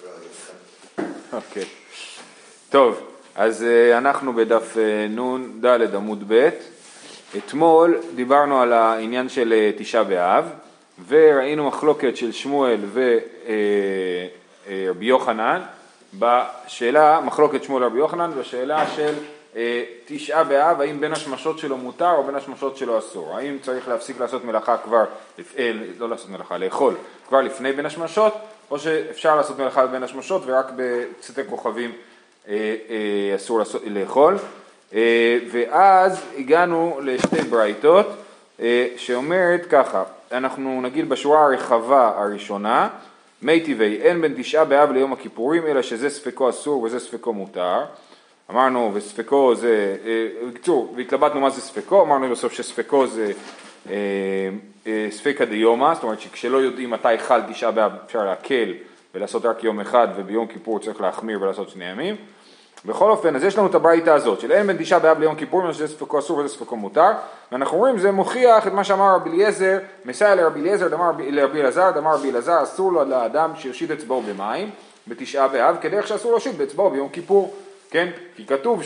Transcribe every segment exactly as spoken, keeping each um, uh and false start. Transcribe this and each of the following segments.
אוקיי. טוב, אז אנחנו בדף נון ד' עמוד ב'. אתמול דיברנו על העניין של תשעה באב, וראינו מחלוקת של שמואל ורבי יוחנן, בשאלה, מחלוקת שמואל ורבי יוחנן, בשאלה של תשעה באב, האם בין השמשות שלו מותר או בין השמשות שלו אסור? האם צריך להפסיק לעשות מלאכה כבר, לא לעשות מלאכה, לאכול כבר לפני בין השמשות, או שאפשר לעשות מלאכה בין השמשות ורק בצאתי כוכבים אסור לאכול? ואז הגענו לשתי ברייתות שאומרת ככה, אנחנו נגיד בשורה הרחבה הראשונה, מי טבעי, אין בין תשעה באב ליום הכיפורים, אלא שזה ספקו אסור וזה ספקו מותר. אמרנו, וספקו זה, בקצור, והתלבטנו מה זה ספקו, אמרנו בסוף שספקו זה ספקה דיומא, זאת אומרת שכשלא יודעים מתי חל תשעה באב אפשר להקל ולעשות רק יום אחד, וביום כיפור צריך להחמיר ולעשות שני ימים. בכל אופן, אז יש לנו את הברייתא הזאת, של אין בין תשעה באב ליום כיפור, אלא שזה ספקו אסור וזה ספקו מותר, ואנחנו רואים, זה מוכיח את מה שאמר רבי אליעזר, מסייע לרבי אליעזר, לרבי אלעזר, דאמר רבי אלעזר, אסור לו לאדם שיושיט אצבעו במים, בתשעה באב, כדרך שאסור להושיט באצבעו ביום כיפור, כן? כי כתוב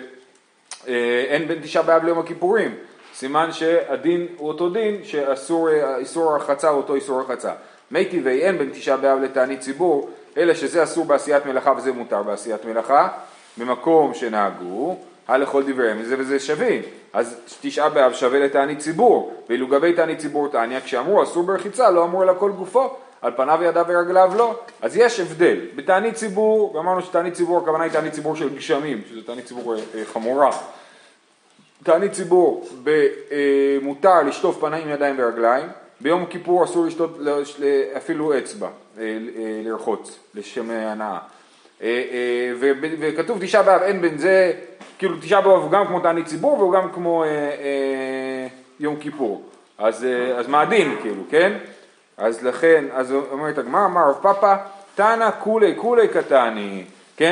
שאין בין תשעה באב ליום הכיפורים, סימן שהדין הוא אותו דין, שאסור, איסור הרחצה הוא אותו איסור הרחצה. מי טבעי, אין בין תשעה באב לתענית ציבור, אלא שזה אסור בעשיית מלאכה וזה מותר בעשיית מלאכה, במקום שנהגו, הלכל דבריהם, וזה וזה שווים. אז תשעה באב שווה לתענית ציבור, ואילו גבי תענית ציבור תעניה, כשאמרו אסור ברחיצה, לא אמרו אלא כל גופו, על פניו ידיו ורגליו לא. אז יש הבדל. בתענית ציבור, ואמרנו שתענית ציבור, הכוונה היא תענית ציבור של גשמים, שזה תענית ציבור חמורה. תענית ציבור, מותר לשטוף פנים, ידיים ורגליים, ביום כיפור אסור לשטוף אפילו אצבע, לרחוץ, לשם הנאה. וכתוב תשעה באב, אין בין זה, כאילו תשעה באב הוא גם כמו תענית ציבור והוא גם כמו יום כיפור. אז מה הדין, כאילו, כן? אז לכן, אז אומרת הגמרא, אמר רב פאפא, תנא כולי כולי קטני, כן?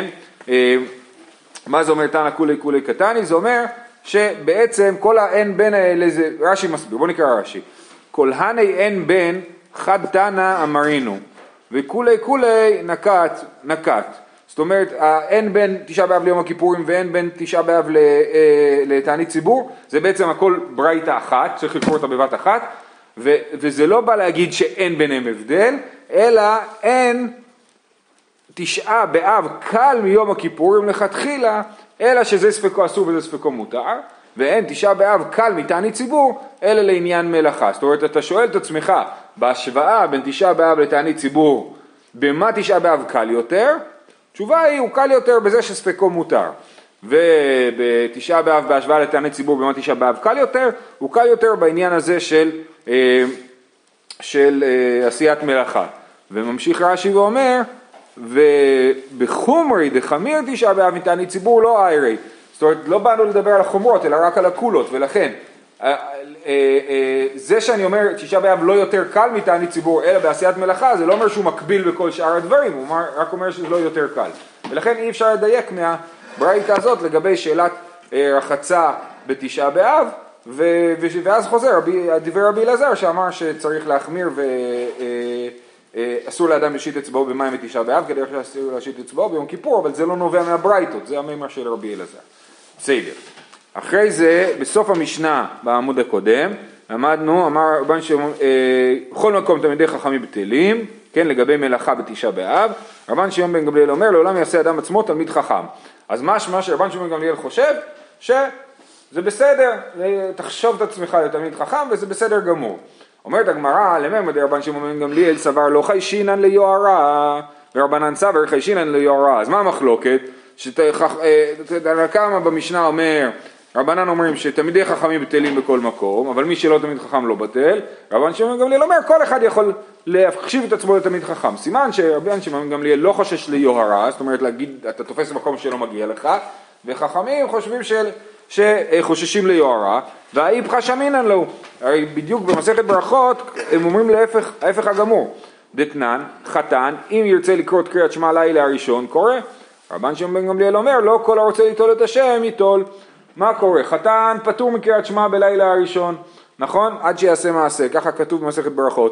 מה זה אומר תנא כולי כולי קטני? זה אומר שבעצם כל האין בין האלה, זה רש"י מסביר, בוא נקרא רש"י. כל הני אין בין חד תנא אמרינו, וכולי כולי נקט, נקט. זאת אומרת, אין בין תשעה באב ליום הכיפורים ואין בין תשעה באב לתענית ציבור, זה בעצם הכל ברייתא אחת, צריך לקרוא אותה בבת אחת, ו- וזה לא בא להגיד שאין ביניהם הבדל, אלא אין תשעה באב קל מיום הכיפורים לכתחילה, אלא שזה ספקו אסור וזה ספקו מותר, ואין תשעה באב קל מתענית ציבור, אלא לעניין מלאכה. זאת אומרת, אתה שואל את עצמך, בהשוואה בין תשעה באב לתענית ציבור, במה תשעה באב קל יותר? התשובה היא, הוא קל יותר בזה שספקו מותר. ובתשעה באב בהשוואה לתענית ציבור, במה תשעה באב קל יותר? הוא קל יותר בעניין הזה של, של עשיית מלאכה. וממשיך רש"י ואומר, ובחומרי דחמיר תשעה באב מתענית ציבור לא איירי. זאת אומרת, לא באנו לדבר על החומרות, אלא רק על הקולות, ולכן, זה שאני אומר, תשעה באב לא יותר קל מתענית ציבור, אלא בעשיית מלאכה, זה לא אומר שהוא מקביל בכל שאר הדברים, הוא רק אומר שזה לא יותר קל. ולכן אי אפשר לדייק מהברייתא הזאת לגבי שאלת רחצה בתשעה באב, ואז חוזר דברי רבי אלעזר שאמר שצריך להחמיר ואסור לאדם להושיט אצבעו במים בתשעה באב, כדי שאסור להושיט אצבעו ביום כיפור, אבל זה לא נובע מהברייתות, זה המימרה של רבי אלעזר. בסדר. אחרי זה, בסוף המשנה בעמוד הקודם, למדנו, אמר רבן שמעון, בכל מקום תלמידי חכמים בטלים, כן, לגבי מלאכה בתשעה באב, רבן שמעון בן גמליאל אומר, לעולם יעשה אדם עצמו תלמיד חכם. אז מה שמה שרבן שמעון בן גמליאל חושב? שזה בסדר, תחשוב את עצמך לתלמיד חכם, וזה בסדר גמור. אומרת הגמרא, לממד רבן שמעון בן גמליאל סבר לא חיישינן ליוהרה, ורבנן סבר חיישינן ליוהרה. אז מה המחלוקת? כמה במשנה אומר, רבנן אומרים שתלמידי חכמים בטלים בכל מקום, אבל מי שלא תלמיד חכם לא בטל. רבן שמעון בן גמליאל אומר, כל אחד יכול להחשיב את עצמו לתלמיד חכם. סימן שרבן שמעון בן גמליאל לא חושש ליוהרה, זאת אומרת להגיד, אתה תופס במקום שלא מגיע לך, וחכמים חושבים של, שחוששים ליוהרה, והאיפכא שמינן לו. הרי בדיוק במסכת ברכות הם אומרים להפך, ההפך הגמור. דתנן, חתן, אם ירצה לקרוא את קריאת שמע לילה הראשון, קורא. רבן שמעון בן גמליאל אומר, לא כל הרוצה ליטול את השם, ייטול. מה קורה? חתן פטור מקריאת שמע בלילה הראשון, נכון? עד שיעשה מעשה, ככה כתוב במסכת ברכות.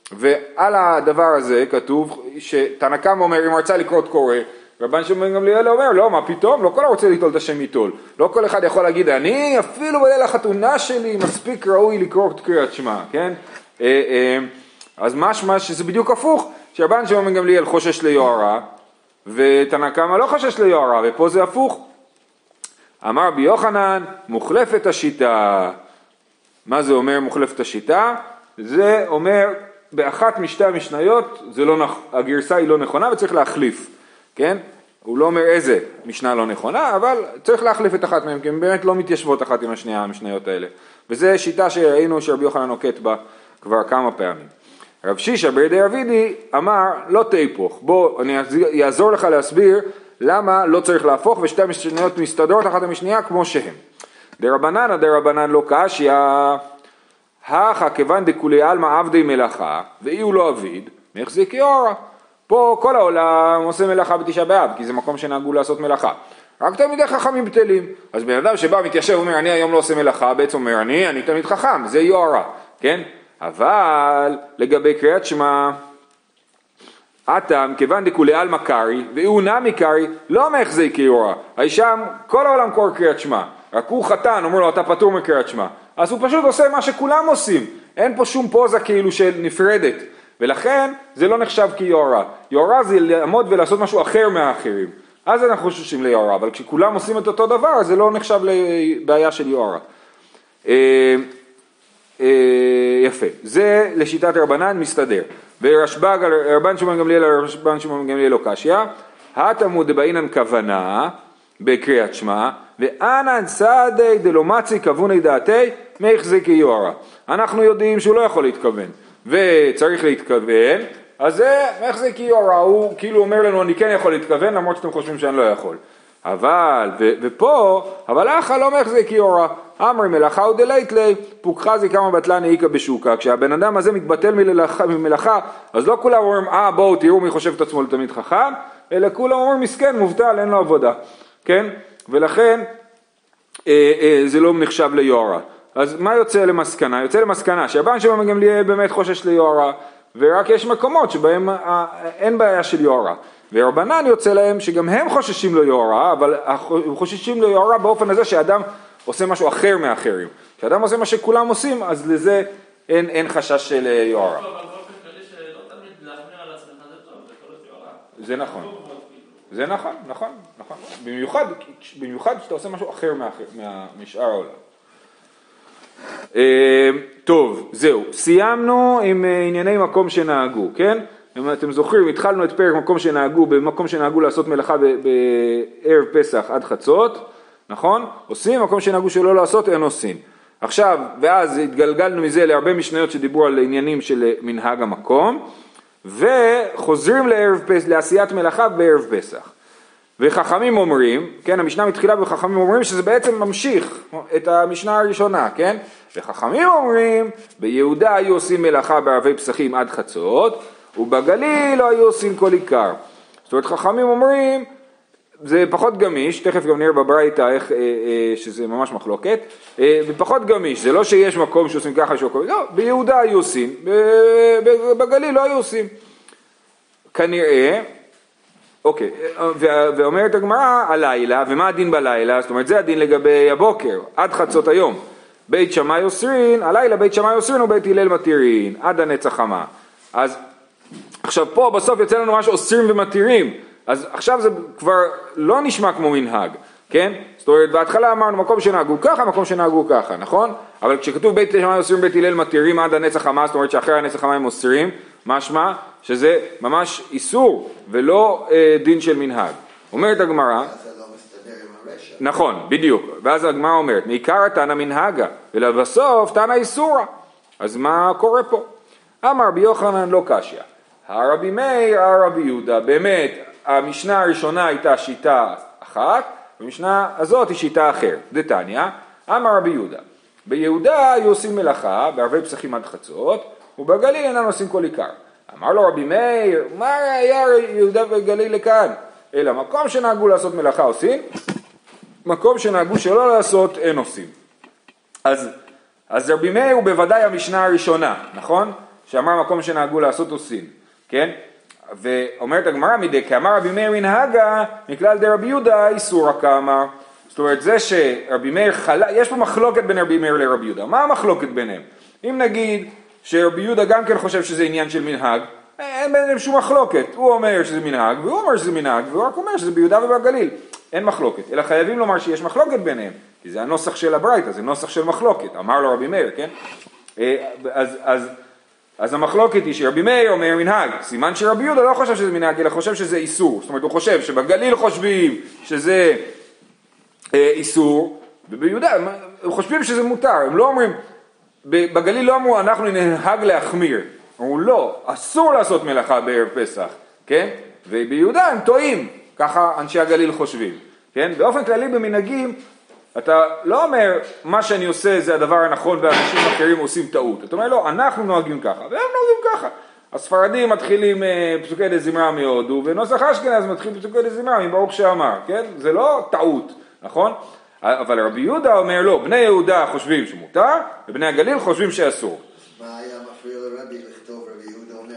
ועל הדבר הזה כתוב שתנא קמא אומר אם רצה לקרות קורא, רבן שמעון גמליאל אומר לא, מה פתאום, לא כל הרוצה ליטול את השם ייטול, לא כל אחד יכול להגיד אני אפילו בליל החתונה שלי מספיק ראוי לקרוא את קריאת שמע, כן? אז משמע שזה בדיוק הפוך, שרבן שמעון גמליאל חושש ליוהרה ותנא קמא לא חושש ליוהרה, ופה זה הפוך. אמר רבי יוחנן מוחלפת השיטה. מה זה אומר מוחלפת השיטה? זה אומר באחת משתי המשניות זה לא נכ... הגרסה היא לא נכונה וצריך להחליף, כן? הוא לא אומר איזה משנה לא נכונה, אבל צריך להחליף את אחת מהם, כי הם באמת לא מתיישבות אחת עם השנייה המשניות האלה. וזו שיטה שראינו שרבי יוחנן נוקט בה כבר כמה פעמים. רב שישא בידי רבידי אמר לא תהפוך, בוא אני אעזור לך להסביר למה לא צריך להפוך ושתי המשניות מסתדרות אחת המשנייה כמו שהם. דרבנן דרבנן לא קשיא, הכה כיוון דכולי עלמא עבדי מלאכה ואי הוא לא עביד מחזיק יוהרה. פה כל העולם עושה מלאכה בתשעה באב כי זה מקום שנהגו לעשות מלאכה, רק תלמידי חכמים בטלים. אז בן אדם שבא מתיישב ואומר אני היום לא עושה מלאכה, בעצם אומר אני אני תלמיד חכם, זה יוהרה, כן? אבל לגבי קריאת שמע אתם כיוון דכולי עלמא קרי והוא נמי קרי לא מחזיק יוהרה. האישה כל העולם קורא קריאת שמע, רק הוא חתן אומר לו אתה פטור מקריאת שמע, אז הוא פשוט עושה מה שכולם עושים, אין פה שום פוזה כאילו של נפרדת, ולכן זה לא נחשב כיוהרה. יוהרה זה לעמוד ולעשות משהו אחר מהאחרים, אז אנחנו חוששים ליוהרה, אבל כשכולם עושים את אותו דבר זה לא נחשב לבעיה של יוהרה. יפה, זה לשיטת רבנן מסתדר. ורשב"ג רבן שמעון גמליאל רבן שמעון גמליאל לא קשיא, התלמוד דבעינן כוונה בקריאת שמע ואנן סעדי דלא מצי כווני דעתי מחזיק יוהרה. אנחנו יודעים שהוא לא יכול להתכוון וצריך להתכוון, אז זה מחזיק יוהרה, הוא כאילו אומר לנו אני כן יכול להתכוון למרות שאתם חושבים שאני לא יכול. אבל, ו, ופה, אבל אחא לא מחזיק יוהרה, אמר מלאכה ודלייטלי, פוקחה זה כמה בטלן העיקה בשוקה. כשהבן אדם הזה מתבטל מלאכה, ממלאכה, אז לא כולם אומרים, אה בואו תראו מי חושב את עצמו לתמיד חכם, אלא כולם אומרים מסכן, מובטל, אין לו עבודה, כן? ולכן אה, אה, זה לא נחשב ליוהרה. אז מה יוצא למסקנה? יוצא למסקנה שהרבן שמעון גמליאל באמת חושש ליוהרה, ורק יש מקומות שבהם אה, אין בעיה של יוהרה. ורבנן יוצא להם שגם הם חוששים לו יוהרה, אבל הם חוששים לו יוהרה באופן הזה שאדם עושה משהו אחר מאחרים. כשאדם עושה מה שכולם עושים, אז לזה אין, אין חשש של יוהרה. זה נכון. זה נכון, נכון, נכון. במיוחד, במיוחד שאתה עושה משהו אחר משאר העולם. טוב, זהו. סיימנו עם ענייני מקום שנהגו, כן? אם אתם זוכרים, התחלנו את פרק מקום שנהגו, במקום שנהגו לעשות מלאכה בערב פסח עד חצות, נכון? עושים, מקום שנהגו שלא לעשות, אין עושים. עכשיו, ואז התגלגלנו מזה להרבה משניות שדיברו על עניינים של מנהג המקום, וחוזרים לערב פסח, לעשיית מלאכה בערב פסח. וחכמים אומרים, כן, המשנה מתחילה וחכמים אומרים שזה בעצם ממשיך את המשנה הראשונה, כן? וחכמים אומרים, ביהודה היו עושים מלאכה בערבי פסחים עד חצות, ובגליל לא היו עושים כל עיקר. זאת אומרת, חכמים אומרים, זה פחות גמיש, תכף גם נראה בברייתא איך, אה, אה, שזה ממש מחלוקת, אה, ופחות גמיש, זה לא שיש מקום שעושים ככה, שעושים, לא, ביהודה היו עושים, בגליל לא היו עושים. כנראה, אוקיי, ואומרת הגמרא הלילה, ומה הדין בלילה? זאת אומרת, זה הדין לגבי הבוקר, עד חצות היום. בית שמאי אוסרין, הלילה בית שמאי אוסרין ובית הלל מתירין, עד הנץ החמה. אז עכשיו פה בסוף יוצא לנו משהו אוסרים ומתירים, אז עכשיו זה כבר לא נשמע כמו מנהג, כן? זאת אומרת, בהתחלה אמרנו מקום שנהגו ככה, מקום שנהגו ככה, נכון? אבל כשכתוב בית שמאי אוסרים בית הלל מתירים עד הנץ החמה, זאת אומרת שאחרי הנץ החמה הם אוסרים, משמע שזה ממש איסור ולא אה, דין של מנהג. אומרת הגמרא, נכון, בדיוק, ואז הגמרא אומרת, מעיקר תנא מנהגה, ולבסוף תנא איסורה, אז מה קורה פה? אמר רבי יוחנן לא קשיא, הרבי מאיר, הרבי יהודה, באמת המשנה הראשונה הייתה שיטה אחת, והמשנה הזאת היא שיטה אחרת. דתניא, אמר רבי יהודה, ביהודה היו עושים מלאכה בערבי פסחים עד חצות, ובגליל אינם עושים כל עיקר. אמר לו רבי מאיר, מה היה יהודה וגליל לכאן? אלא מקום שנהגו לעשות מלאכה עושים, מקום שנהגו שלא לעשות אין עושים. אז, אז רבי מאיר הוא בוודאי המשנה הראשונה, נכון? שאמר מקום שנהגו לעשות עושים, כן? ואומרת הגמרא מדי, כאמר רבי מאיר ינהגה, מכלל דרבי יהודה איסורא כאמר. זאת אומרת, זה שרבי מאיר חלה, יש פה מחלוקת בין רבי מאיר לרבי יהודה. מה המחלוקת ביניהם? אם נגיד שרבי יהודה גם כן חושב שזה עניין של מנהג, אין ביניהם שום מחלוקת. הוא אומר שזה מנהג, והוא אומר שזה מנהג, והוא רק אומר שזה ביהודה ובגליל. אין מחלוקת, אלא חייבים לומר שיש מחלוקת ביניהם, כי זה הנוסח של הברייתא, זה נוסח של מחלוקת, אמר לו רבי מאיר, כן? אז, אז, אז המחלוקת היא שרבי מאיר אומר מנהג, סימן שרבי יהודה לא חושב שזה מנהג, אלא חושב שזה איסור. זאת אומרת, הוא חושב שבגליל חושבים שזה אה, איסור, וביהודה הם חושבים שזה מותר. הם לא אומרים, בגליל לא אמרו, אנחנו ננהג להחמיר. אמרו, לא, אסור לעשות מלאכה בערב פסח, כן? וביהודה הם טועים, ככה אנשי הגליל חושבים, כן? באופן כללי במנהגים, אתה לא אומר, מה שאני עושה זה הדבר הנכון ואנשים אחרים עושים טעות. אתה אומר, לא, אנחנו נוהגים ככה, והם נוהגים ככה. הספרדים מתחילים פסוקי דזמרה מהודו, ונוסח אשכנז מתחיל פסוקי דזמרה מברוך שאמר, כן? זה לא טעות, נכון? אבל רבי יהודה אומר, לא, בני יהודה חושבים שמותר, ובני הגליל חושבים שאסור. מה היה מפריע לרבי לכתוב רבי יהודה אומר?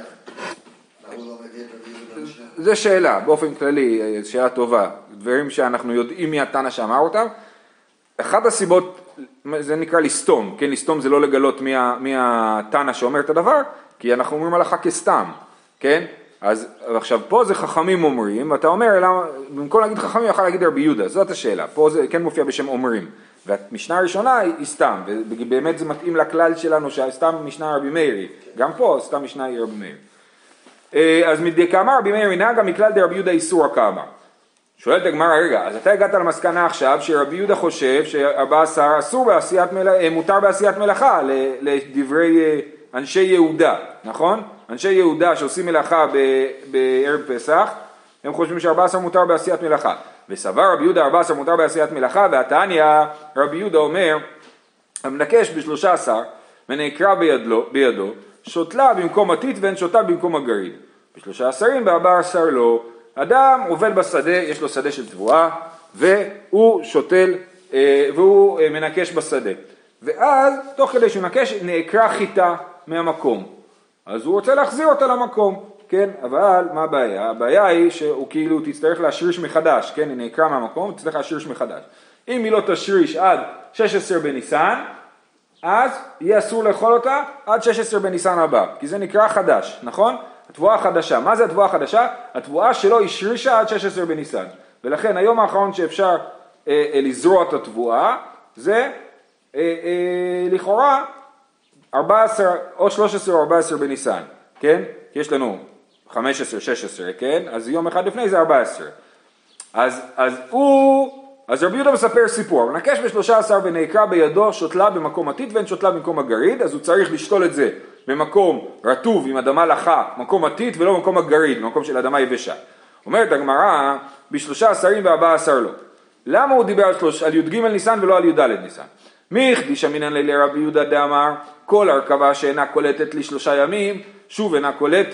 מה הוא לא מביא רבי יהודה משנה? זה שאלה, באופן כללי, שאלה טובה. דברים שאנחנו יודעים מי התנא שאמר אותם. אחת הסיבות, זה נקרא לסתום, כן? לסתום זה לא לגלות מי, מי התנא שאומר את הדבר, כי אנחנו אומרים הלכה כסתם, כן? אז עכשיו פה זה חכמים אומרים, ואתה אומר, למה, במקום להגיד חכמים, יכול להגיד רבי יהודה, זאת השאלה. פה זה כן מופיע בשם אומרים. והמשנה הראשונה היא סתם, ובאמת זה מתאים לכלל שלנו שהסתם משנה רבי מאירי. גם פה סתם משנה היא רבי מאיר. אז מדי כאמר רבי מאיר מנהגה מכלל דרבי יהודה איסורא כאמר. שואלת הגמרא, רגע, אז אתה הגעת למסקנה עכשיו שרבי יהודה חושב ש-ארבע עשרה אסור בעשיית מלאכה, מותר בעשיית מלאכה לדברי אנשי יהודה, נכון? אנשי יהודה שעושים מלאכה בערב פסח, הם חושבים ש-ארבע עשרה מותר בעשיית מלאכה. וסבר רבי יהודה ארבע עשרה מותר בעשיית מלאכה, והתניא רבי יהודה אומר, המנקש בשלושה עשר ונעקרה בידו, בידו, שוטלה במקום עתית ואין שוטה במקום הגריד. בשלושה עשרים בארבע עשר לא. אדם עובד בשדה, יש לו שדה של תבואה, והוא שותל, והוא מנקש בשדה. ואז, תוך כדי שהוא מנקש, נעקרה חיטה מהמקום. אז הוא רוצה להחזיר אותה למקום, כן? אבל מה הבעיה? הבעיה היא שהוא כאילו תצטרך להשריש מחדש, כן? היא נעקרה מהמקום, תצטרך להשריש מחדש. אם היא לא תשריש עד שש עשרה בניסן, אז יהיה אסור לאכול אותה עד שש עשרה בניסן הבא, כי זה נקרא חדש, נכון? התבואה החדשה. מה זה התבואה החדשה? התבואה שלא השרישה עד שש עשרה בניסן. ולכן היום האחרון שאפשר אה, אה, לזרוע את התבואה, זה אה, אה, לכאורה ארבע עשרה או שלוש עשרה או ארבע עשרה בניסן, כן? כי יש לנו חמש עשרה, שש עשרה, כן? אז יום אחד לפני זה ארבע עשרה. אז, אז הוא, אז רבי יהודה מספר סיפור, הוא נקש בשלושה עשר ונעקרה בידו, שוטלה במקום עתית ואין שוטלה במקום הגריד, אז הוא צריך לשתול את זה במקום רטוב עם אדמה לחה, מקום עתית ולא במקום הגריד, במקום של אדמה יבשה. אומרת הגמרא, בשלושה עשרים וארבע עשר לא. למה הוא דיבר על, שלוש, על י"ג ניסן ולא על י"ד ניסן? מי החדיש אמינן לי לרבי יהודה דאמר, כל הרכבה שאינה קולטת לשלושה ימים, שוב אינה קולטת.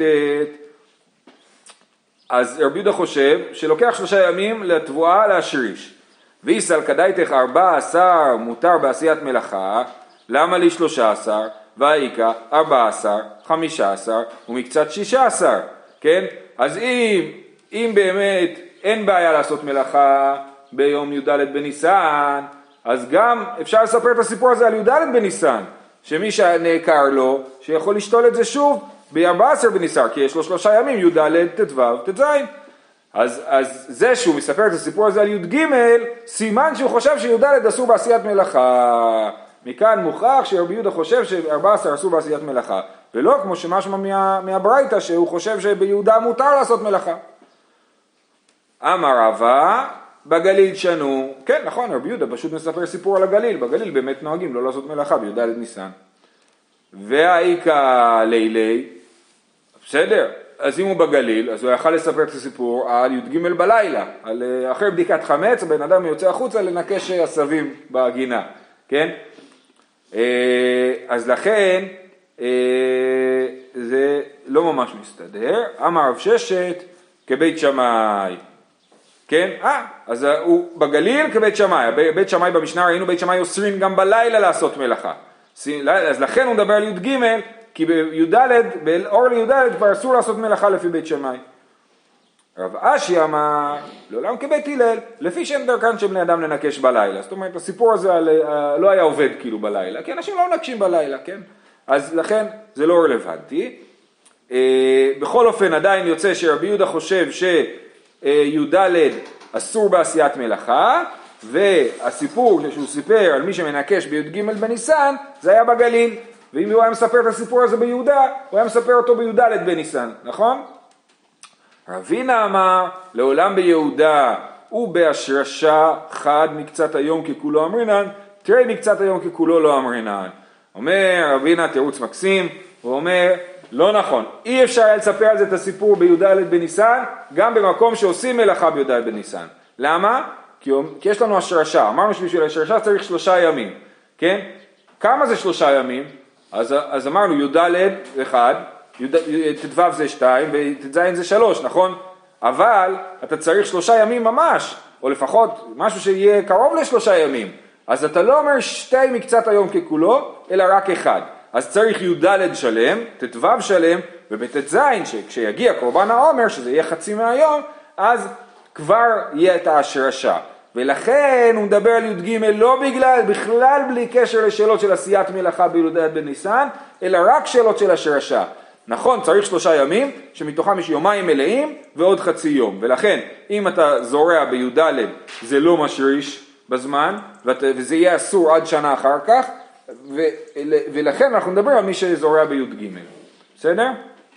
אז רבי יהודה חושב שלוקח שלושה ימים לתבואה להשריש. ויסל כדאיתך ארבע עשר מותר בעשיית מלאכה, למה לי שלושה עשר? והאיקה ארבע עשר, חמישה עשר ומקצת שישה עשר, כן? אז אם, אם באמת אין בעיה לעשות מלאכה ביום י"ד בניסן, אז גם אפשר לספר את הסיפור הזה על י"ד בניסן, שמי שנעקר לו, שיכול לשתול את זה שוב ב-ארבע עשרה בניסן, כי יש לו שלושה ימים, י"ד, ט"ו, ט"ז. אז, אז זה שהוא מספר את הסיפור הזה על י"ג, סימן שהוא חושב שי"ד אסור בעשיית מלאכה. מכאן מוכח שרבי יהודה חושב ש-ארבע עשרה אסור בעשיית מלאכה, ולא כמו שמשמע מה, מהברייתא שהוא חושב שביהודה מותר לעשות מלאכה. אמר רבא, בגליל שנו, כן נכון, רבי יהודה פשוט מספר סיפור על הגליל, בגליל באמת נוהגים לא לעשות מלאכה בי"ד ניסן. והאיקה לילי, בסדר, אז אם הוא בגליל, אז הוא יכל לספר את הסיפור על י"ג בלילה, על אחרי בדיקת חמץ, הבן אדם יוצא החוצה לנקש עשבים בגינה, כן? אז לכן זה לא ממש מסתדר. אמר רב ששת כבית שמאי, כן? אה, אז הוא בגליל כבית שמאי, בית שמאי במשנה ראינו בית שמאי אוסרים גם בלילה לעשות מלאכה, אז לכן הוא מדבר על י"ג כי בי"ד, באור לי"ד כבר אסור לעשות מלאכה לפי בית שמאי. רב אשי אמר, לעולם כבית הלל, לפי שאין דרכן של בני אדם לנקש בלילה. זאת אומרת, הסיפור הזה לא היה עובד כאילו בלילה, כי אנשים לא נקשים בלילה, כן? אז לכן זה לא רלוונטי. בכל אופן עדיין יוצא שרבי יהודה חושב שי"ד אסור בעשיית מלאכה, והסיפור שהוא סיפר על מי שמנקש בי"ג בניסן, זה היה בגליל. ואם הוא היה מספר את הסיפור הזה ביהודה, הוא היה מספר אותו בי"ד בניסן, נכון? רבינה אמר, לעולם ביהודה ובהשרשה חד מקצת היום ככולו אמרינן, תראי מקצת היום ככולו לא אמרינן. אומר רבינה תירוץ מקסים, הוא אומר, לא נכון, אי אפשר היה לספר על זה את הסיפור בי"ד בניסן, גם במקום שעושים מלאכה בי"ד בניסן. למה? כי, כי יש לנו השרשה, אמרנו שבשביל השרשה צריך שלושה ימים, כן? כמה זה שלושה ימים? אז, אז אמרנו י"ד אחד, ט"ו זה שתיים וט"ז זה שלוש, נכון? אבל אתה צריך שלושה ימים ממש, או לפחות משהו שיהיה קרוב לשלושה ימים. אז אתה לא אומר שתי מקצת היום ככולו, אלא רק אחד. אז צריך י"ד שלם, ט"ו שלם, ובט"ז שכשיגיע קורבן העומר, שזה יהיה חצי מהיום, אז כבר יהיה את ההשרשה. ולכן הוא מדבר על י"ג לא בגלל, בכלל בלי קשר לשאלות של עשיית מלאכה בי"ד בניסן, אלא רק שאלות של השרשה. נכון, צריך שלושה ימים, שמתוכם יש יומיים מלאים ועוד חצי יום. ולכן, אם אתה זורע בי"ד, זה לא משריש בזמן, וזה יהיה אסור עד שנה אחר כך, ולכן אנחנו מדברים על מי שזורע בי"ג. בסדר?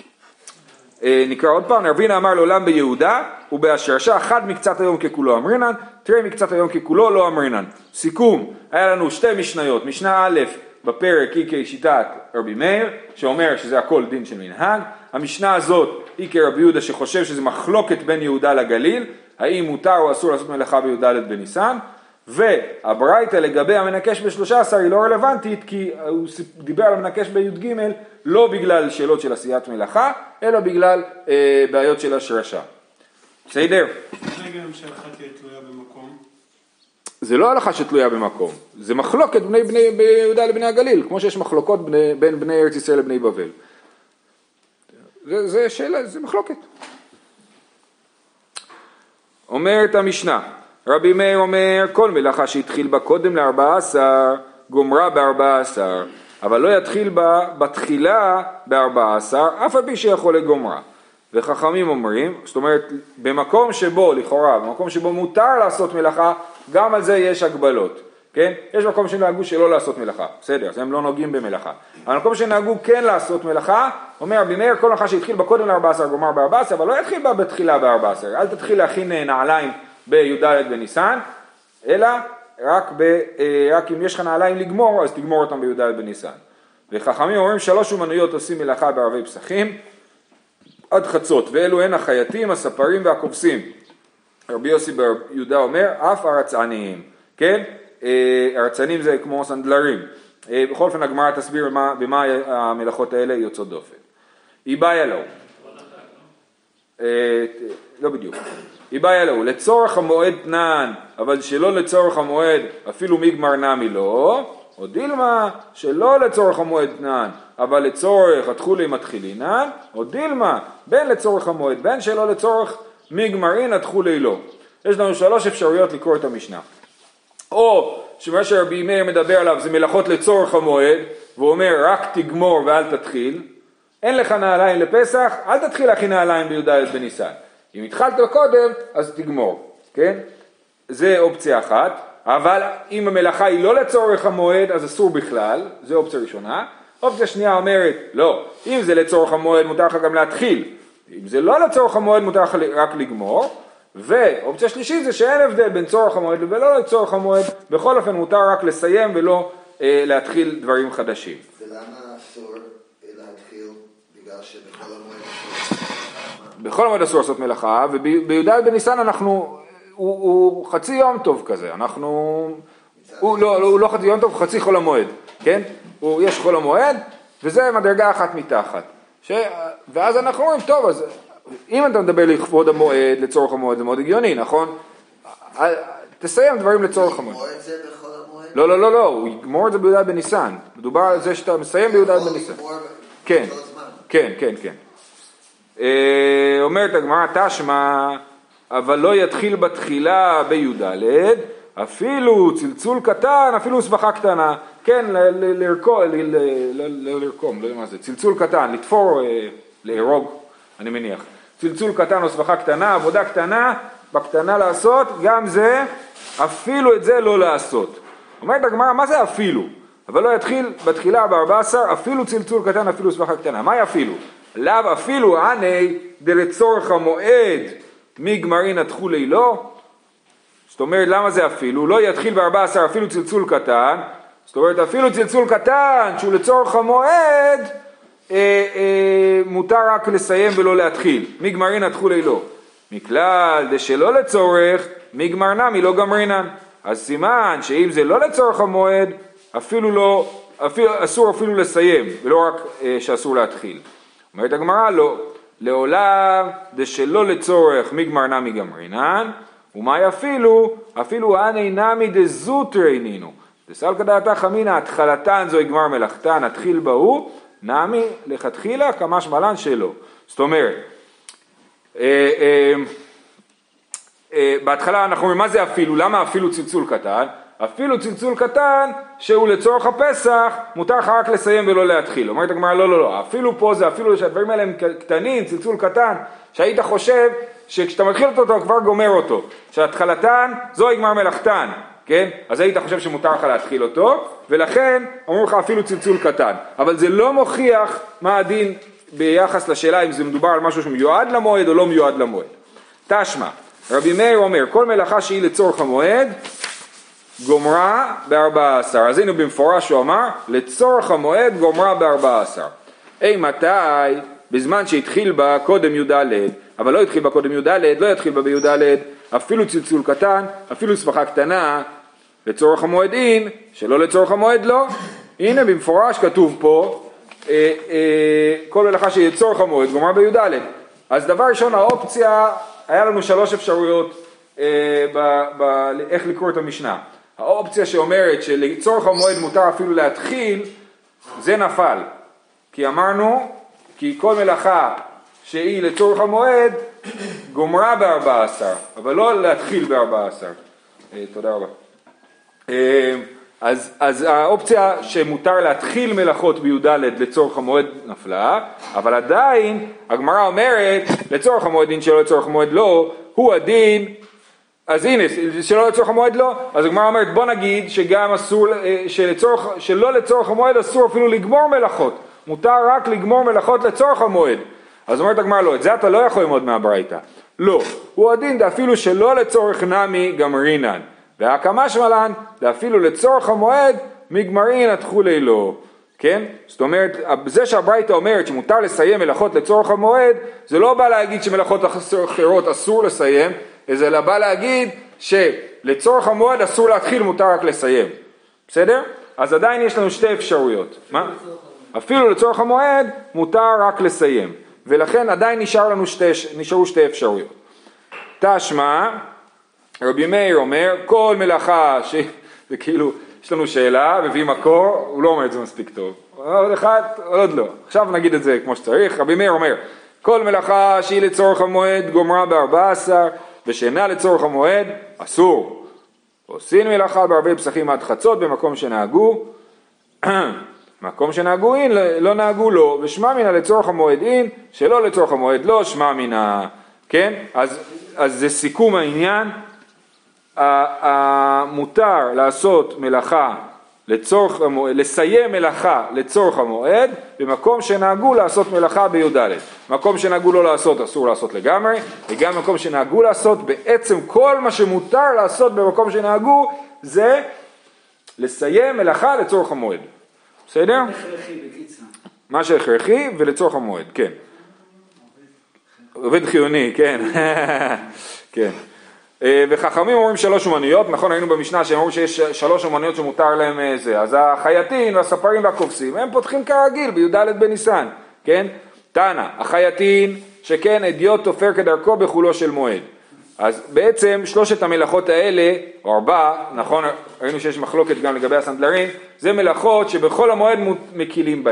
נקרא עוד פעם, רבינה אמר לעולם ביהודה, ובהשרשה חד מקצת היום ככולו אמרינן, תראה מקצת היום ככולו לא אמרינן. סיכום, היה לנו שתי משניות, משנה א' בפרק היא כשיטת רבי מאיר, שאומר שזה הכל דין של מנהג, המשנה הזאת היא כרבי יהודה שחושב שזה מחלוקת בין יהודה לגליל, האם מותר או אסור לעשות מלאכה בי"ד בניסן, והברייתא לגבי המנקש בשלושה עשר היא לא רלוונטית, כי הוא דיבר על המנקש בי"ג לא בגלל שאלות של עשיית מלאכה, אלא בגלל אה, בעיות של השרשה. בסדר? זה גם שהלכה תהיה תלויה במקום? זה לא הלכה שתלויה במקום, זה מחלוקת בני, בני, ביהודה לבני הגליל, כמו שיש מחלוקות בני, בין בני ארץ ישראל לבני בבל. זה, זה שאלה, זה מחלוקת. אומרת המשנה, רבי מאיר אומר, כל מלאכה שהתחיל בה קודם לארבע עשר, גומרה בארבע עשר, אבל לא יתחיל בה בתחילה בארבע עשר, אף על פי שיכול לגומרה. וחכמים אומרים, זאת אומרת, במקום שבו, לכאורה, במקום שבו מותר לעשות מלאכה, גם על זה יש הגבלות, כן? יש מקום שנהגו שלא לעשות מלאכה, בסדר, אז הם לא נוגעים במלאכה. אבל מקום שנהגו כן לעשות מלאכה, אומר רבי מאיר, כל מלאכה שהתחיל בה קודם לארבע עשר, גומר בארבע עשר, אבל לא יתחיל בה בתחילה בארבע עשר, אל תתחיל להכין נעליים בי"ד בניסן, אלא רק, ב, רק אם יש לך נעליים לגמור, אז תגמור אותם בי"ד בניסן. וחכמים אומרים, שלוש אומנויות עושים מלאכה בערבי פסחים, עד חצות, ואלו הן החייטים, הספרים והכובסים. רבי יוסי בר יהודה אומר, אף הרצעניים, כן? הרצענים זה כמו סנדלרים. בכל אופן הגמרא תסביר במה, במה המלאכות האלה יוצאות דופן. איבאי אלוהו. לא בדיוק. איבאי אלוהו, לצורך המועד תנן, אבל שלא לצורך המועד, אפילו מגמר נמי לא, או דילמה, שלא לצורך המועד תנן, אבל לצורך התחולי מתחילינן, או דילמה, בין לצורך המועד, בין שלא לצורך מגמרין התחולי לא. יש לנו שלוש אפשרויות לקרוא את המשנה. או שמה שרבי מאיר מדבר עליו זה מלאכות לצורך המועד, והוא אומר רק תגמור ואל תתחיל. אין לך נעליים לפסח, אל תתחיל להכין נעליים בי"ד בניסן. אם התחלת קודם, אז תגמור, כן? זה אופציה אחת. אבל אם המלאכה היא לא לצורך המועד, אז אסור בכלל, זו אופציה ראשונה. אופציה שנייה אומרת, לא, אם זה לצורך המועד מותר לך גם להתחיל, אם זה לא לצורך המועד מותר לך רק לגמור, ואופציה שלישית זה שאין הבדל בין צורך המועד ולא לצורך המועד, בכל אופן מותר רק לסיים ולא אה, להתחיל דברים חדשים. ולמה אסור להתחיל בגלל שבכל המועד אסור? בכל המועד אסור לעשות מלאכה, ובי"ד בניסן אנחנו... הוא, הוא חצי יום טוב כזה, אנחנו, הוא לא, הוא לא חצי יום טוב, חצי חול המועד, כן? הוא, יש חול המועד, וזה מדרגה אחת מתחת. ש... ואז אנחנו אומרים, טוב, אז אם אתה מדבר לכבוד המועד, לצורך המועד, זה מאוד הגיוני, נכון? תסיים דברים לצורך המועד. מועד זה בחול המועד? לא, לא, לא, לא, הוא יגמור את זה בי"ד בניסן. מדובר על זה שאתה מסיים בי"ד בניסן. כן, כן, כן, כן. אומרת הגמרא תשמע, אבל לא יתחיל בתחילה בי"ד, אפילו צלצול קטן, אפילו סבכה קטנה, כן, לרקום, לא לרקום, לא יודע מה זה, צלצול קטן, לתפור, להרוג, אני מניח. צלצול קטן או סבכה קטנה, עבודה קטנה, בקטנה לעשות, גם זה, אפילו את זה לא לעשות. אומרת הגמרא, מה זה אפילו? אבל לא יתחיל בתחילה ב-ארבע עשרה, אפילו צלצול קטן, אפילו סבכה קטנה. מה אפילו? לאו אפילו עני דלצורך המועד מגמרין התחו לילו. זאת אומרת, למה זה אפילו? לא יתחיל ב-ארבע עשרה אפילו צלצול קטן, זאת אומרת, אפילו צלצול קטן שהוא לצורך המועד, אה, אה, מותר רק לסיים ולא להתחיל. מגמרין התחו לילו. מכלל דשלא לצורך, מגמר נמי לא גמרינן. אז סימן שאם זה לא לצורך המועד, אפילו לא, אפילו, אסור אפילו לסיים, ולא רק אה, שאסור להתחיל. אומרת הגמרא, לא, לעולם דשלא לצורך מגמר נמי גמרינן, ומה אפילו, אפילו עני נמי דזוטרי נינו. דסלקא דעתך חמינא, התחלתן זו יגמר מלאכתן, התחיל בהו, נמי לכתחילה כמשמע לן שלא. זאת אומרת, אה, אה, אה, בהתחלה אנחנו אומרים, מה זה אפילו? למה אפילו צלצול קטן? אפילו צלצול קטן שהוא לצורך הפסח, מותר לך רק לסיים ולא להתחיל. אומרת הגמרא, לא, לא, לא, אפילו פה זה אפילו שהדברים האלה הם קטנים, צלצול קטן, שהיית חושב שכשאתה מתחיל אותו אתה כבר גומר אותו, שהתחלתן זו יגמר מלאכתן, כן? אז היית חושב שמותר לך להתחיל אותו, ולכן אמרו לך אפילו צלצול קטן. אבל זה לא מוכיח מה הדין ביחס לשאלה אם זה מדובר על משהו שמיועד למועד או לא מיועד למועד. תשמע, רבי מאיר אומר, כל מלאכה שהיא לצורך המועד, גומרה ב-ארבע עשרה. אז הנה במפורש הוא אמר, לצורך המועד גומרה ב-ארבע עשרה. אי מתי? בזמן שהתחיל בה קודם י"ד, אבל לא התחיל בה קודם י"ד, לא יתחיל בה בי"ד, אפילו צלצול קטן, אפילו סבכה קטנה, לצורך המועד אין, שלא לצורך המועד לא. הנה במפורש כתוב פה, אה, אה, כל מלאכה שהיא לצורך המועד גומרה בי"ד. אז דבר ראשון, האופציה, היה לנו שלוש אפשרויות אה, ב, ב, איך לקרוא את המשנה. האופציה שאומרת שלצורך המועד מותר אפילו להתחיל, זה נפל. כי אמרנו, כי כל מלאכה שהיא לצורך המועד גומרה ב-ארבע עשרה, אבל לא להתחיל ב-ארבע עשרה. אה, תודה רבה. אה, אז, אז האופציה שמותר להתחיל מלאכות בי"ד לצורך המועד נפלה, אבל עדיין הגמרא אומרת לצורך המועד דין שלא לצורך המועד לא, הוא הדין, אז הנה, שלא לצורך המועד לא, אז הגמרא אומרת בוא נגיד שגם אסור, שלצורך, שלא לצורך המועד אסור אפילו לגמור מלאכות, מותר רק לגמור מלאכות לצורך המועד. אז אומרת הגמרא לא, את זה אתה לא יכול ללמוד מהברייתא. לא, הוא הדין אפילו שלא לצורך נמי גמרינן. והקמה שמלן, ואפילו לצורך המועד, מגמרין התחו לילו. כן? זאת אומרת, זה שהברייתא אומרת שמותר לסיים מלאכות לצורך המועד, זה לא בא להגיד שמלאכות אחרות אסור לסיים, זה בא להגיד שלצורך המועד אסור להתחיל, מותר רק לסיים. בסדר? אז עדיין יש לנו שתי אפשרויות. מה? אפילו לצורך המועד, מותר רק לסיים. ולכן עדיין נשאר לנו שתי, נשארו שתי אפשרויות. תשמע, רבי מאיר אומר, כל מלאכה, ש... זה כאילו, יש לנו שאלה, מביא מקור, הוא לא אומר את זה מספיק טוב. עוד אחד, עוד לא. עכשיו נגיד את זה כמו שצריך. רבי מאיר אומר, כל מלאכה שהיא לצורך המועד גומרה ב-ארבע עשרה, ושאינה לצורך המועד, אסור. עושים מלאכה בערבי פסחים עד חצות במקום שנהגו, מקום שנהגו אין, לא נהגו לו, ושמע מינה לצורך המועד אין, שלא לצורך המועד לא, שמע מינה, כן? אז, אז זה סיכום העניין, המותר לעשות מלאכה לצורך המועד, לסיים מלאכה לצורך המועד, במקום שנהגו לעשות מלאכה בי"ד. מקום שנהגו לא לעשות אסור לעשות לגמרי, וגם מקום שנהגו לעשות, בעצם כל מה שמותר לעשות במקום שנהגו, זה לסיים מלאכה לצורך המועד. בסדר? מה שהכרחי ולצורך המועד, כן. עובד חיוני, כן. כן. וחכמים אומרים שלוש אומנויות, נכון, היינו במשנה שהם אומרים שיש שלוש אומנויות שמותר להם זה, אז החייטין והספרים והקופסים, הם פותחים כרגיל בי"ד בניסן, כן? תנא, החייטין שכן אדיוט תופר כדרכו בחולו של מועד. אז בעצם שלושת המלאכות האלה, או ארבע, נכון, ראינו שיש מחלוקת גם לגבי הסנדלרים, זה מלאכות שבכל המועד מקילים בהם.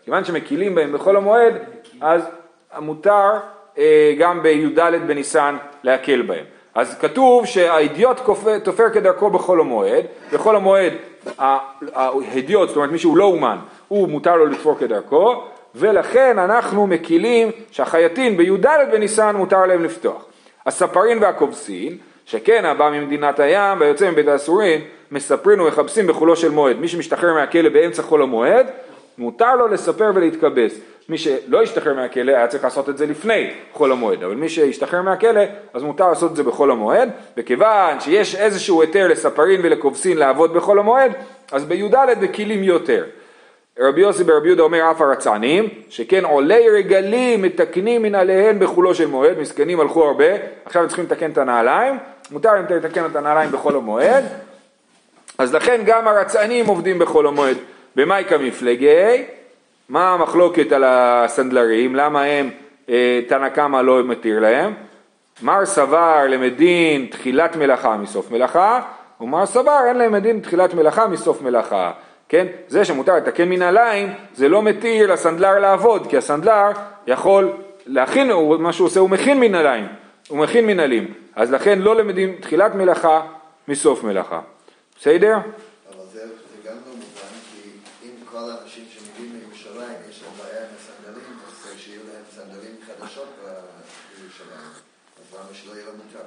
כיוון שמקילים בהם בחול המועד, אז מותר אה, גם בי"ד בניסן להקל בהם. אז כתוב שהאידיוט תופר כדרכו בחול המועד, בחול המועד האידיוט, זאת אומרת מי שהוא לא אומן, הוא מותר לו לתפור כדרכו, ולכן אנחנו מקילים שהחייטין בי"ד בניסן מותר להם לפתוח. הספרין והכובסין, שכן הבא ממדינת הים ויוצא מבית האסורים, מספרים ומחפשים בחולו של מועד. מי שמשתחרר מהכלא באמצע חול המועד, מותר לו לספר ולהתקבס. מי שלא ישתחרר מהכלא היה צריך לעשות את זה לפני חול המועד, אבל מי שישתחרר מהכלא אז מותר לעשות את זה בחול המועד, וכיוון שיש איזשהו היתר לספרין ולכובסין לעבוד בחול המועד, אז בי"ד בקילים יותר. רבי יוסי ברבי יהודה אומר אף הרצענים, שכן עולי רגלים מתקנים מן עליהן בחולו של מועד, מסכנים הלכו הרבה, עכשיו הם צריכים לתקן את הנעליים, מותר להם לתקן את הנעליים בחול המועד, אז לכן גם הרצענים עובדים בחול המועד. במאי כמפלגי, מה המחלוקת על הסנדלרים, למה הם אה, תנא קמא לא מתיר להם? מר סבר למדין תחילת מלאכה מסוף מלאכה, ומר סבר אין להם מדין תחילת מלאכה מסוף מלאכה. כן? זה שמותר לתקן מנעליים, זה לא מתיר לסנדלר לעבוד, כי הסנדלר יכול להכין, מה שהוא עושה הוא מכין מנעליים, הוא מכין מנעלים, אז לכן לא למדים תחילת מלאכה מסוף מלאכה. בסדר? אבל זה, זה גם לא מובן, כי אם כל האנשים שמגיעים מירושלים יש להם בעיה עם הסנדלים, אז צריך שיהיו להם סנדלים חדשות בירושלים, אז למה שלא יהיה מותר?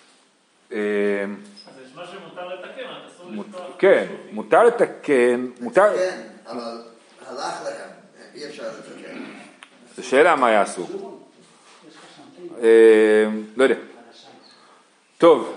אז יש מה שמותר לתקן, אתה אסור לפתוח. כן, מותר לתקן, מותר... כן, אבל הלך להם, אי אפשר לתקן. זו שאלה מה יעשו. לא יודע. טוב.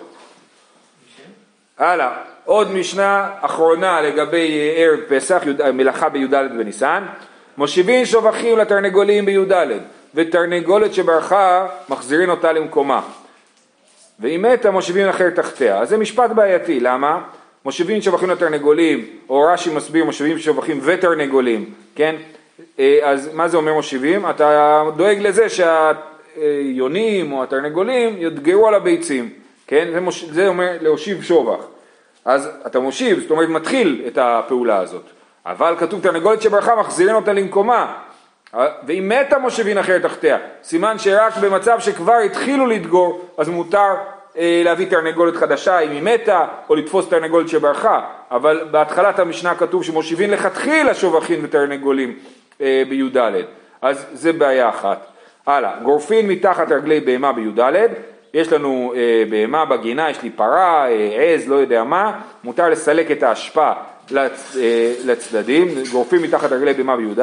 הלאה, עוד משנה אחרונה לגבי ערב פסח, מלאכה בי"ד בניסן. מושיבין שובחים לתרנגולים בי"ד, ותרנגולת שברחה מחזירים אותה למקומה. ואם מתה מושיבים אחר תחתיה. אז זה משפט בעייתי, למה? מושיבים שובחים לתרנגולים, או רש"י מסביר מושיבים שובחים ותרנגולים, כן? אז מה זה אומר מושיבים? אתה דואג לזה שהיונים או התרנגולים ידגרו על הביצים, כן? זה, מוש... זה אומר להושיב שובח. אז אתה מושיב, זאת אומרת מתחיל את הפעולה הזאת. אבל כתוב תרנגולת שברחה מחזירים אותה למקומה. ואם מתה מושיבין אחר תחתיה, סימן שרק במצב שכבר התחילו לדגור, אז מותר אה, להביא תרנגולת חדשה אם היא מתה, או לתפוס תרנגולת שברחה, אבל בהתחלת המשנה כתוב שמושיבין לכתחילה שובחין ותרנגולים אה, בי"ד, אז זה בעיה אחת. הלאה, גורפין מתחת רגלי בהמה בי"ד, יש לנו אה, בהמה בגינה, יש לי פרה, אה, עז, לא יודע מה, מותר לסלק את ההשפעה לצ, אה, לצדדים, גורפין מתחת רגלי בהמה בי"ד,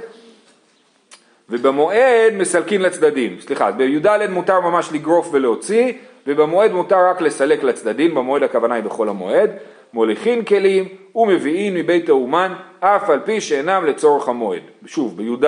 ובמועד מסלקים לצדדים, סליחה, בי"ד מותר ממש לגרוף ולהוציא, ובמועד מותר רק לסלק לצדדים, במועד הכוונה היא בכל המועד, מוליכין כלים ומביאים מבית האומן, אף על פי שאינם לצורך המועד. שוב, בי"ד.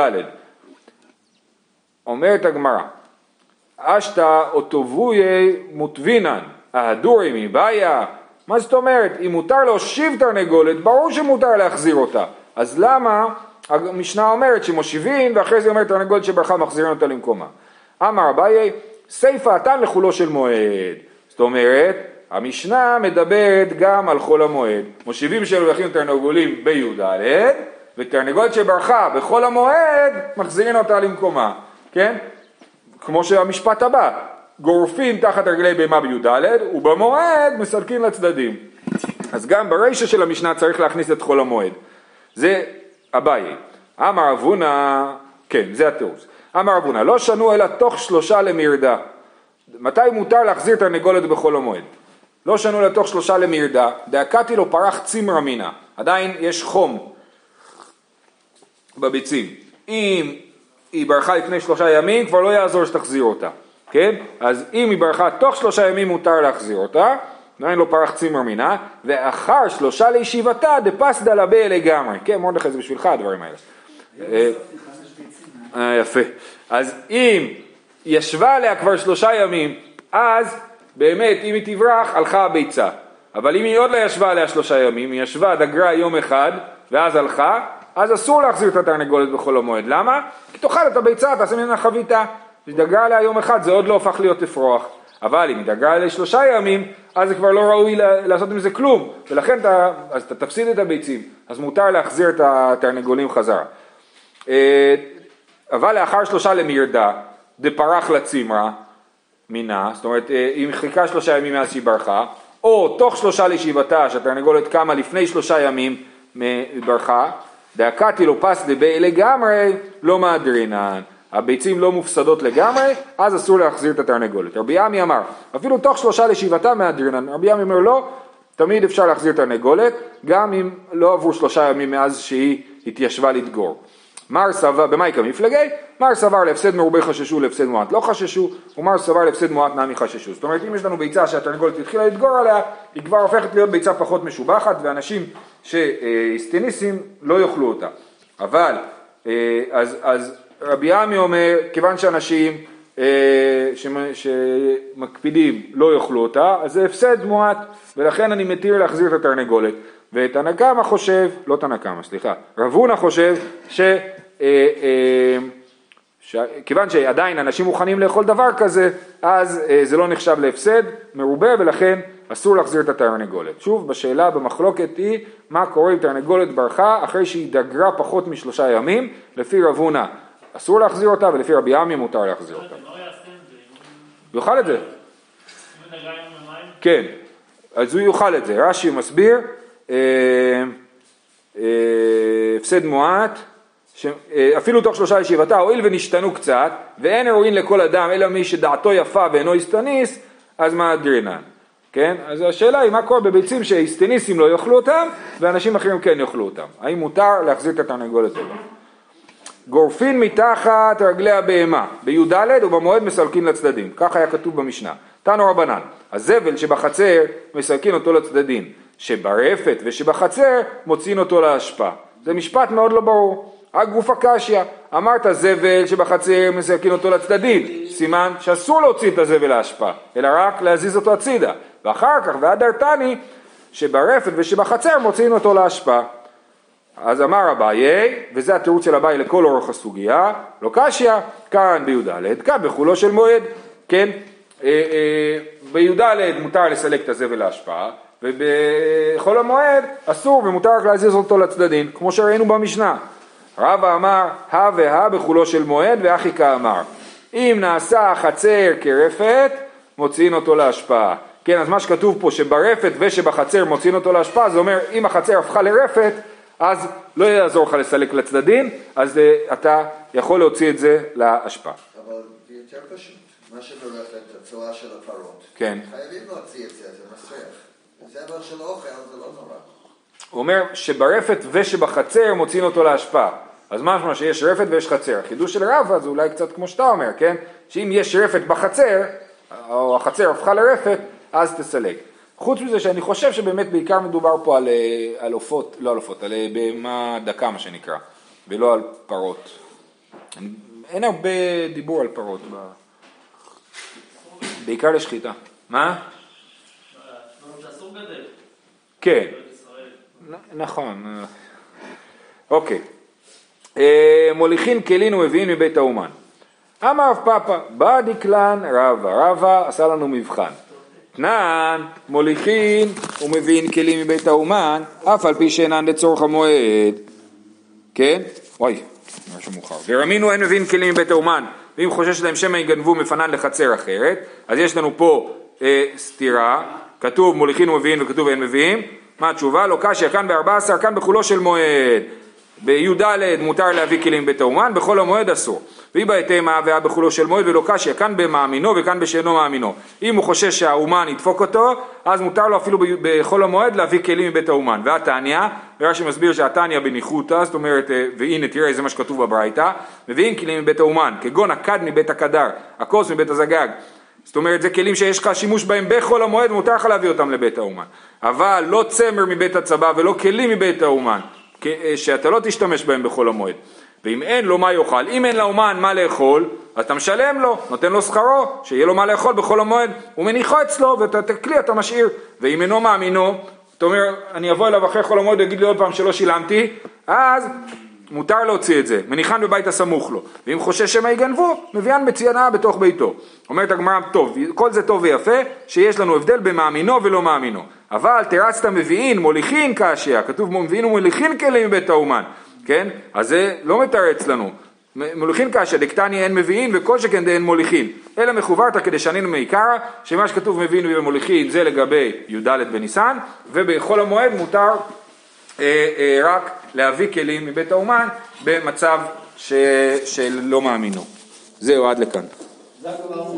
אומרת הגמרא, אשתא אוטובויה מוטבינן, ההדורי מבעיה, מה זאת אומרת? אם מותר להושיב תרנגולת, ברור שמותר להחזיר אותה, אז למה המשנה אומרת שמושיבים ואחרי זה אומרת תרנגולת שברחה מחזירים אותה למקומה? אמר אביי, סייפה התן לחולו של מועד. זאת אומרת, המשנה מדברת גם על חול המועד. מושיבים שלוקחים תרנגולים בי"ד, ותרנגולת שברחה בחול המועד מחזירים אותה למקומה. כן? כמו שהמשפט הבא, גורפים תחת רגלי בהמה בי"ד, ובמועד מסלקים לצדדים. אז גם ברישה של המשנה צריך להכניס את חול המועד. זה אביי. אמר אבונה, כן, זה התירוץ. אמר אבונה, לא שנו אלא תוך שלושה למרדה. מתי מותר להחזיר תרנגולת בחול המועד? לא שנו אלא תוך שלושה למרדה, דאקתי לו פרח צימרה מינה. עדיין יש חום בביצים. אם היא ברחה לפני שלושה ימים, כבר לא יעזור שתחזיר אותה. כן? אז אם היא ברחה תוך שלושה ימים מותר להחזיר אותה, עדיין לא פרח צימר מינה, ואחר שלושה לישיבתה דפסדה לבה לגמרי. כן, מאוד לכם זה בשבילך הדברים האלה. יפה. אז אם ישבה עליה כבר שלושה ימים, אז באמת אם היא תברח הלכה הביצה. אבל אם היא עוד לא ישבה עליה שלושה ימים, היא ישבה דגרה יום אחד ואז הלכה, אז אסור להחזיר את התרנגולת בכל המועד. למה? כי תאכל את הביצה, תעשה ממנה חביתה. כשדגרה עליה יום אחד זה עוד לא הופך להיות אפרוח. אבל אם דגרה עליה שלושה ימים, אז זה כבר לא ראוי לעשות עם זה כלום. ולכן אתה, אז אתה תפסיד את הביצים. אז מותר להחזיר את התרנגולים חזרה. אבל לאחר שלושה למרדה, דפרח לצימרה מינה, זאת אומרת, אם חיכה שלושה ימים מאז שהיא ברחה, או תוך שלושה לישיבתה, שהתרנגולת קמה לפני שלושה ימים ברחה, דאקתי לו פס דבי לגמרי, לא מאדרינן. הביצים לא מופסדות לגמרי, אז אסור להחזיר את התרנגולת. רבי עמי אמר, אפילו תוך שלושה לישיבתה מאדרינן. רבי עמי אומר, לא, תמיד אפשר להחזיר את התרנגולת, גם אם לא עברו שלושה ימים מאז שהיא התיישבה לדגור. מר סבר, במה יקם מפלגי? מר סבר להפסד מרובה חששו, להפסד מועט לא חששו, ומר סבר להפסד מועט נמי חששו. זאת אומרת, אם יש לנו ביצה שהתרנגולת התחילה לדגור עליה, היא כבר הופכת להיות ביצה פחות משובחת, ואנשים שהסטניסים לא יאכלו אותה. אבל, אז, אז רבי עמי אומר, כיוון שאנשים שמקפידים לא יאכלו אותה, אז זה הפסד מועט, ולכן אני מתיר להחזיר את התרנגולת. ותנא קמא חושב, לא תנא קמא, סליחה, רב הונא חושב ש... כיוון שעדיין אנשים מוכנים לאכול דבר כזה, אז זה לא נחשב להפסד מרובה, ולכן אסור להחזיר את התרנגולת. שוב, בשאלה במחלוקת היא, מה קורה אם תרנגולת ברחה אחרי שהיא דגרה פחות משלושה ימים, לפי רב הונא אסור להחזיר אותה, ולפי רבי עמי מותר להחזיר אותה. הוא יאכל את זה. כן, אז הוא יאכל את זה. רש"י מסביר, הפסד מועט, אפילו תוך שלושה ישיבתה, הואיל ונשתנו קצת, ואין אירועין לכל אדם, אלא מי שדעתו יפה ואינו הסתניס, אז מה אדרינן? כן? אז השאלה היא מה קורה בביצים שהסתניסים לא יאכלו אותם, ואנשים אחרים כן יאכלו אותם. האם מותר להחזיר את התרנגולת שלו? גורפין מתחת רגלי הבהמה, בי"ד ובמועד מסלקין לצדדים, כך היה כתוב במשנה. תנו רבנן, הזבל שבחצר מסלקין אותו לצדדים, שברפת ושבחצר מוצאים אותו להשפעה. זה משפט מאוד לא ברור. הגוף הקשיא, אמרת זבל שבחצר מסלקין אותו לצדדים, סימן שאסור להוציא את הזבל להשפעה, אלא רק להזיז אותו הצידה. ואחר כך והדרתני שברפת ושבחצר מוצאים אותו להשפעה. אז אמר אביי, וזה התירוץ של אביי לכל אורך הסוגיה, לא קשיא, כאן בי"ד, כאן בחולו של מועד, כן, אה, אה, בי"ד מותר לסלק את הזבל להשפעה, ובחול המועד אסור ומותר רק להזיז אותו לצדדים, כמו שראינו במשנה. רבא אמר, הא והא בחולו של מועד, ואחיקה אמר, אם נעשה החצר כרפת, מוציאים אותו להשפעה. כן, אז מה שכתוב פה, שברפת ושבחצר מוציאים אותו להשפעה, זה אומר, אם החצר הפכה לרפת, אז לא יעזור לך לסלק לצדדים, אז uh, אתה יכול להוציא את זה להשפעה. אבל זה יותר פשוט, מה שמלך את הצורה של הפרות, כן. חייבים להוציא את זה, זה מסריח. זה אבל של אוכל, זה לא נורא. הוא אומר שברפת ושבחצר מוציאים אותו להשפעה. אז משמע שיש רפת ויש חצר. החידוש של רבא זה אולי קצת כמו שאתה אומר, כן? שאם יש רפת בחצר, או החצר הפכה לרפת, אז תסלק. חוץ מזה שאני חושב שבאמת בעיקר מדובר פה על, על עופות, לא על עופות, על בהמה דקה מה שנקרא, ולא על פרות. אין הרבה דיבור על פרות, בעיקר לשחיטה. מה? זה אסור גדל. כן, נכון. אוקיי. מוליכין כלין ומביאים מבית האומן. אמר רב פאפא, בא דקלן רבא, רבא עשה לנו מבחן. תנן, מוליכין ומביאים כלים מבית האומן, אף על פי שאינן לצורך המועד. כן? וואי, משהו מאוחר. ורמינו אין מביאים כלים מבית האומן, ואם חושש להם שמא יגנבו מפנן לחצר אחרת, אז יש לנו פה אה, סתירה, כתוב מוליכין ומביאים וכתוב אין מביאים. מה התשובה? לא קשיא, כאן ב-ארבע עשרה, כאן בחולו של מועד. בי"ד מותר להביא כלים מבית האומן, בכל המועד אסור. והיא בהתאמה והיה בחולו של מועד ולא קשיא, כאן במאמינו וכאן בשאינו מאמינו. אם הוא חושש שהאומן ידפוק אותו, אז מותר לו אפילו בכל המועד להביא כלים מבית האומן. והתניא, ורש"י מסביר שהתניא בניחותא, זאת אומרת, והנה תראה זה מה שכתוב בברייתא, מביאים כלים מבית האומן, כגון הכד מבית הקדר, הכוס מבית הזגג. זאת אומרת, זה כלים שיש לך שימוש בהם בכל המועד, מותר לך להביא אותם לבית האומן. אבל לא צמר מבית הצבא ולא כלים מבית האומן, שאתה לא תשתמש בהם בכל המועד. ואם אין לו מה יאכל, אם אין לאומן מה לאכול, אז אתה משלם לו, נותן לו שכרו, שיהיה לו מה לאכול בכל המועד, הוא מניחו אצלו, ואת הכלי אתה משאיר. ואם אינו מאמינו, אתה אומר, אני אבוא אליו אחרי כל המועד, ויגיד לי עוד פעם שלא שילמתי, אז מותר להוציא את זה, מניחן בבית הסמוך לו. ואם חושש שמה יגנבו, מביאן בציינה בתוך ביתו. אומרת הגמרא, טוב, כל זה טוב ויפה, שיש לנו הבדל במאמינו ולא מאמינו. אבל תרצת מביאין, מוליכין קשיא, כתוב מביאין ומוליכין כלים מבית האומן. כן? אז זה לא מתרץ לנו. מוליכין קשה, דקטני אין מביאים וכל שכן דאין מוליכין. אלא מחוברתא כדשנין מעיקרא, שמה שכתוב מביאים ומוליכין זה לגבי י"ד בניסן, ובכל המועד מותר אה, אה, רק להביא כלים מבית האומן במצב ש, של לא מאמינו. זהו, עד לכאן.